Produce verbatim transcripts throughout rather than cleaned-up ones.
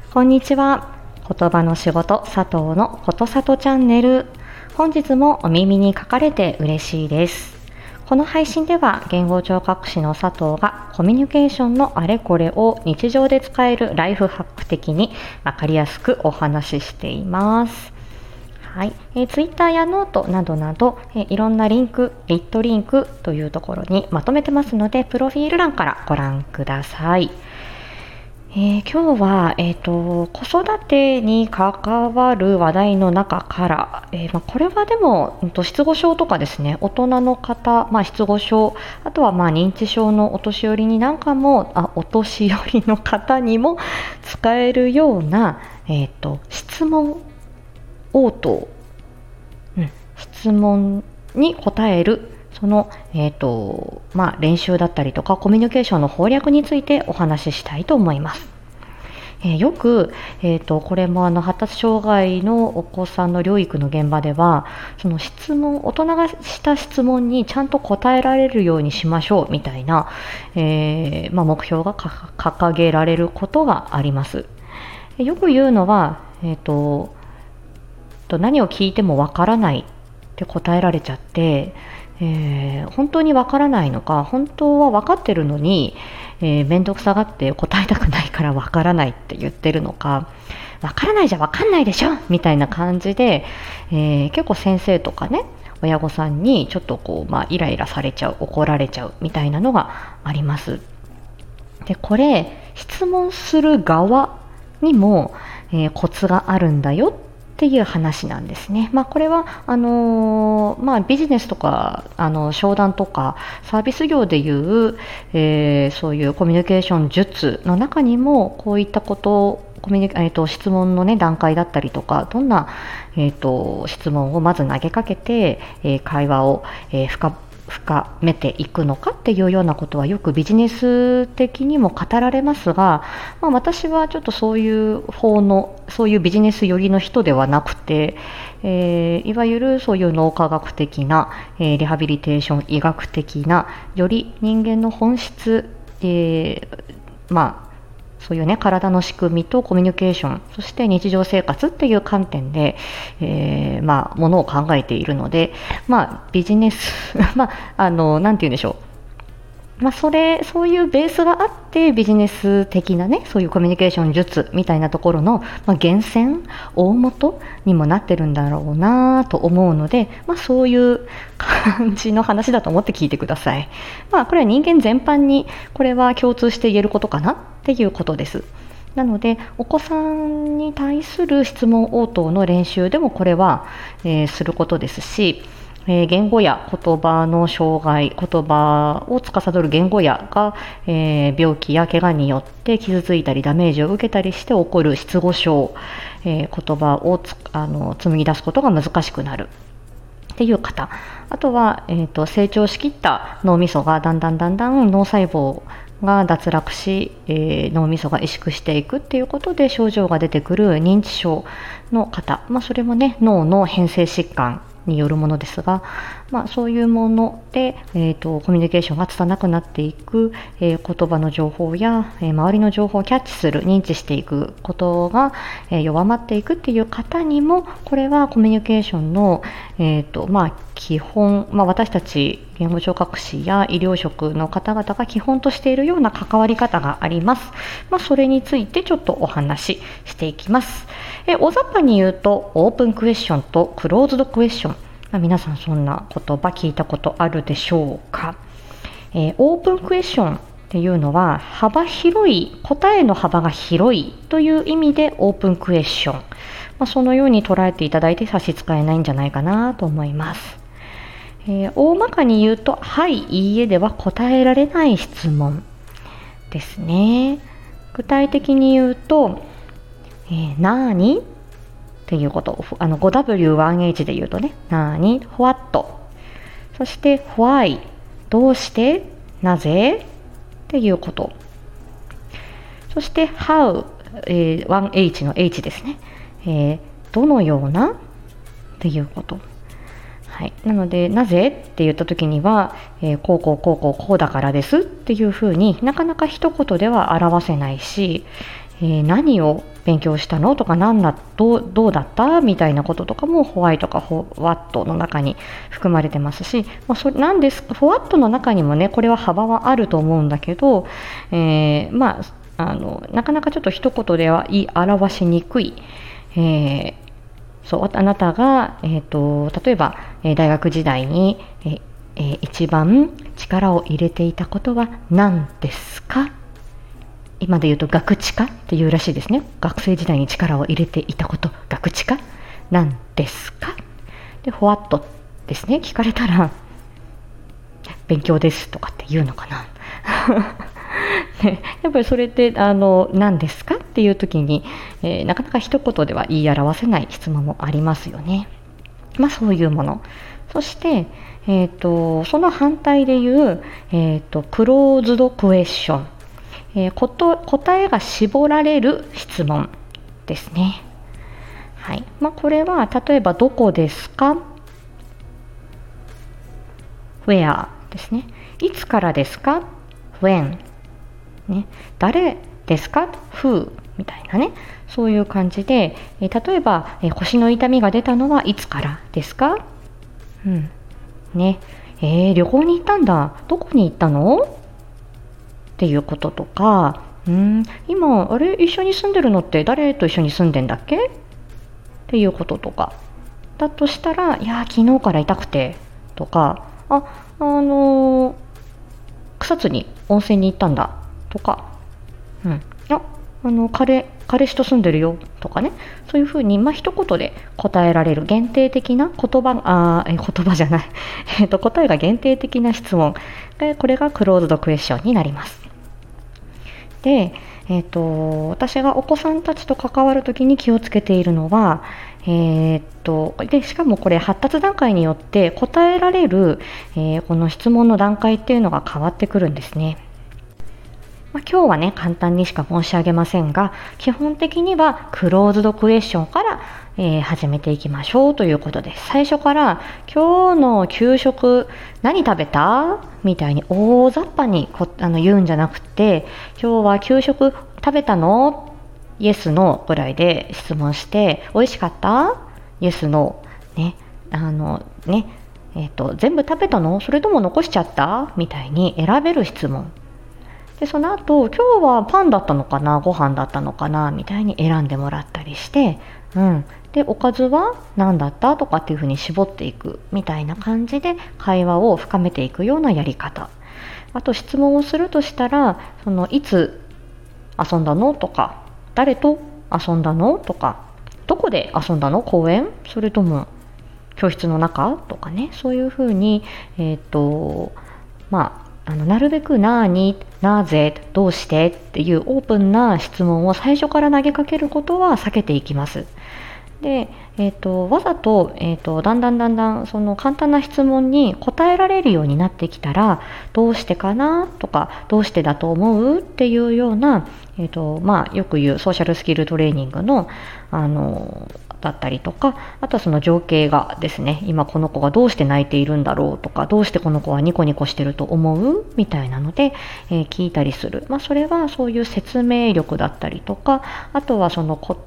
こんにちは。言葉の仕事佐藤のことさとチャンネル。本日もお耳に書かれて嬉しいです。この配信では言語聴覚士の佐藤がコミュニケーションのあれこれを日常で使えるライフハック的にわかりやすくお話ししています。はい、えー、Twitter やノートなどなど、えー、いろんなリンク、リットリンクというところにまとめてますので、プロフィール欄からご覧ください。えー、今日は、えーと、子育てに関わる話題の中から、えーまあ、これはでも、うんと、失語症とかですね、大人の方、まあ、失語症、あとはまあ認知症のお年寄りになんかも、あ、お年寄りの方にも使えるような、えーと、質問応答、うん、質問に答える、その、えーとまあ、練習だったりとかコミュニケーションの攻略についてお話ししたいと思います。えー、よく、えーと、これもあの発達障害のお子さんの療育の現場では、その質問、大人がした質問にちゃんと答えられるようにしましょうみたいな、えーまあ、目標が掲げられることがあります。よく言うのは、えーと、何を聞いてもわからないって答えられちゃって、えー、本当にわからないのか、本当は分かってるのに、えー、面倒くさがって答えたくないからわからないって言ってるのか、わからないじゃわかんないでしょみたいな感じで、えー、結構先生とかね、親御さんにちょっとこう、まあ、イライラされちゃう、怒られちゃうみたいなのがあります。で、これ質問する側にも、えー、コツがあるんだよっていう話なんですね。まあ、これはあのーまあ、ビジネスとかあの商談とかサービス業でいう、えー、そういうコミュニケーション術の中にもこういったことをコミュニ、えー、と質問の、ね、段階だったりとか、どんな、えー、と質問をまず投げかけて、えー、会話を、えー、深深めていくのかっていうようなことはよくビジネス的にも語られますが、まあ、私はちょっとそういう方のそういうビジネス寄りの人ではなくて、えー、いわゆるそういう脳科学的な、えー、リハビリテーション医学的なより人間の本質、えー、まあそういうね、体の仕組みとコミュニケーション、そして日常生活っていう観点で、えー、まあ、ものを考えているので、まあ、ビジネス、まあ、あの、なんて言うんでしょう。まあ、それ、そういうベースがあって、ビジネス的なね、そういうコミュニケーション術みたいなところの、まあ、源泉、大元にもなってるんだろうなと思うので、まあ、そういう感じの話だと思って聞いてください。まあ、これは人間全般に、これは共通して言えることかなっていうことです。なのでお子さんに対する質問応答の練習でもこれは、えー、することですし、えー、言語や言葉の障害、言葉を司る言語やが、えー、病気や怪我によって傷ついたりダメージを受けたりして起こる失語症、えー、言葉をつあの紡ぎ出すことが難しくなるっていう方、あとは、えーと、成長しきった脳みそがだんだんだんだん脳細胞が脱落し、えー、脳みそが萎縮していくっていうことで症状が出てくる認知症の方、まあ、それもね、脳の変性疾患によるものですが、まあ、そういうもので、えーと、コミュニケーションが拙なくなっていく、えー、言葉の情報や、えー、周りの情報をキャッチする、認知していくことが、えー、弱まっていくっていう方にも、これはコミュニケーションの、えーとまあ、基本、まあ、私たち言語聴覚士や医療職の方々が基本としているような関わり方があります。まあ、それについてちょっとお話ししていきます。え大雑把に言うと、オープンクエスチョンとクローズドクエスチョン、まあ、皆さんそんな言葉聞いたことあるでしょうか。えー、オープンクエスチョンっていうのは幅広い、答えの幅が広いという意味でオープンクエスチョン、まあ、そのように捉えていただいて差し支えないんじゃないかなと思います。えー、大まかに言うと、はい、いいえでは答えられない質問ですね。具体的に言うと、えー、なーにっていうこと、あの ファイブダブリューワンエイチ で言うとね、なーに、what、そして why、どうして、なぜっていうこと、そして how、えー、ワンエイチ の H ですね、えー、どのようなっていうこと。はい、なので、なぜって言った時には、えー、こうこうこうこうこうだからですっていうふうになかなか一言では表せないし、 えー、何を勉強したのとか、何だどう、どうだったみたいなこととかもホワイとかフォワットの中に含まれてますし、まあ、それなんですフォワットの中にもね、これは幅はあると思うんだけど、えー、まあ、あのなかなかちょっと一言では言い表しにくい、えー、そうあなたが、えーと、例えば、えー、大学時代に、えーえー、一番力を入れていたことは何ですか？今で言うと学知化っていうらしいですね。学生時代に力を入れていたこと、学知化なんですか？で、フォワットですね。聞かれたら、勉強ですとかって言うのかな。ね、やっぱりそれってあの何ですかっていう時に、えー、なかなか一言では言い表せない質問もありますよね。まあそういうもの。そして、えーと、その反対で言う、えーと、クローズドクエスチョン。えー、こと答えが絞られる質問ですね。はい。まあ、これは例えばどこですか？ Where ですね。いつからですか？ When ね。誰ですか？ Who みたいなね。そういう感じで、えー、例えば、えー、腰の痛みが出たのはいつからですか？うん。ね。えー、旅行に行ったんだ。どこに行ったの？っていうこととか、うーん今あれ一緒に住んでるのって誰と一緒に住んでんだっけっていうこととかだとしたら、いや昨日から痛くてとか、ああのー、草津に温泉に行ったんだとか、うんああの彼彼氏と住んでるよとかね、そういうふうに、まあ、一言で答えられる限定的な言葉、あえ言葉じゃない、えっと答えが限定的な質問、これがクローズドクエスチョンになります。で、えーと、私がお子さんたちと関わるときに気をつけているのは、えーと、でしかもこれ発達段階によって答えられる、えー、この質問の段階っていうのが変わってくるんですね。まあ、今日はね簡単にしか申し上げませんが、基本的にはクローズドクエスチョンから、えー、始めていきましょうということです。最初から今日の給食何食べたみたいに大雑把にこあの言うんじゃなくて、今日は給食食べたの？イエスノーぐらいで質問して、美味しかった？イエスノーね、あのねえーと、全部食べたの？それとも残しちゃった？みたいに選べる質問で、その後今日はパンだったのかな、ご飯だったのかなみたいに選んでもらったりして、うん、でおかずは何だったとかっていうふうに絞っていくみたいな感じで会話を深めていくようなやり方。あと質問をするとしたら、そのいつ遊んだのとか、誰と遊んだのとか、どこで遊んだの？公園？それとも教室の中？とかね、そういうふうにえっとまああのなるべく何、なぜ、どうしてっていうオープンな質問を最初から投げかけることは避けていきます。で、えーと、わざと、えーと、だんだんだんだんその簡単な質問に答えられるようになってきたら、どうしてかなとか、どうしてだと思うっていうような、えーとまあ、よく言うソーシャルスキルトレーニングの、あのだったりとか、あとはその情景がですね、今この子がどうして泣いているんだろうとか、どうしてこの子はニコニコしてると思うみたいなので、えー、聞いたりする。まあ、それはそういう説明力だったりとか、あとはそのこと、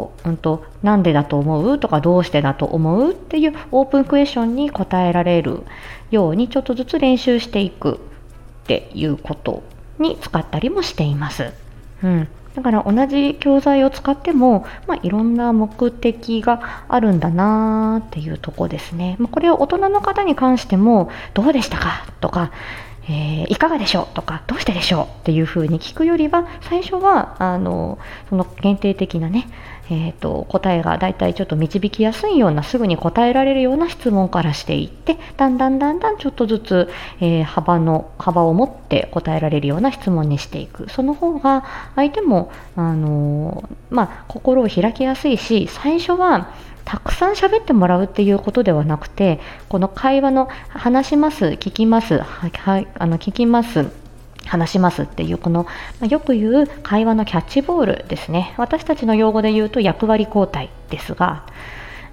うんと、なんでだと思うとか、どうしてだと思うっていうオープンクエスチョンに答えられるようにちょっとずつ練習していくっていうことに使ったりもしています。うん。だから同じ教材を使っても、まあ、いろんな目的があるんだなっていうところですね。まあ、これを大人の方に関しても、どうでしたかとか、えー、いかがでしょうとか、どうしてでしょうっていうふうに聞くよりは、最初はあのその限定的なね、えーと、答えがだいたいちょっと導きやすいような、すぐに答えられるような質問からしていって、だんだんだんだんちょっとずつ、えー、幅の幅を持って答えられるような質問にしていく。その方が相手もあのー、まあ、心を開きやすいし、最初はたくさん喋ってもらうっていうことではなくて、この会話の話します、聞きます、はい、はい、あの聞きます、話しますっていうこの、まあ、よく言う会話のキャッチボールですね。私たちの用語で言うと役割交代ですが、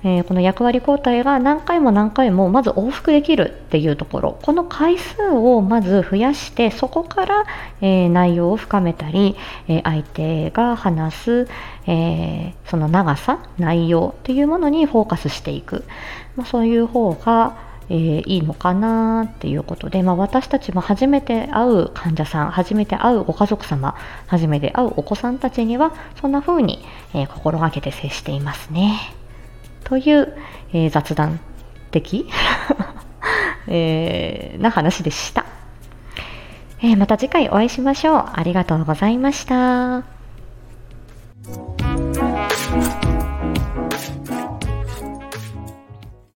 えーこの役割交代が何回も何回もまず往復できるっていうところ、この回数をまず増やして、そこから、えー内容を深めたり、えー相手が話す、えーその長さ、内容というものにフォーカスしていく、まあ、そういう方が、えーいいのかなっていうことで、まあ、私たちも初めて会う患者さん、初めて会うご家族様、初めて会うお子さんたちにはそんな風に、えー心がけて接していますね。という、えー雑談的、えーな話でした。えーまた次回お会いしましょう。ありがとうございました。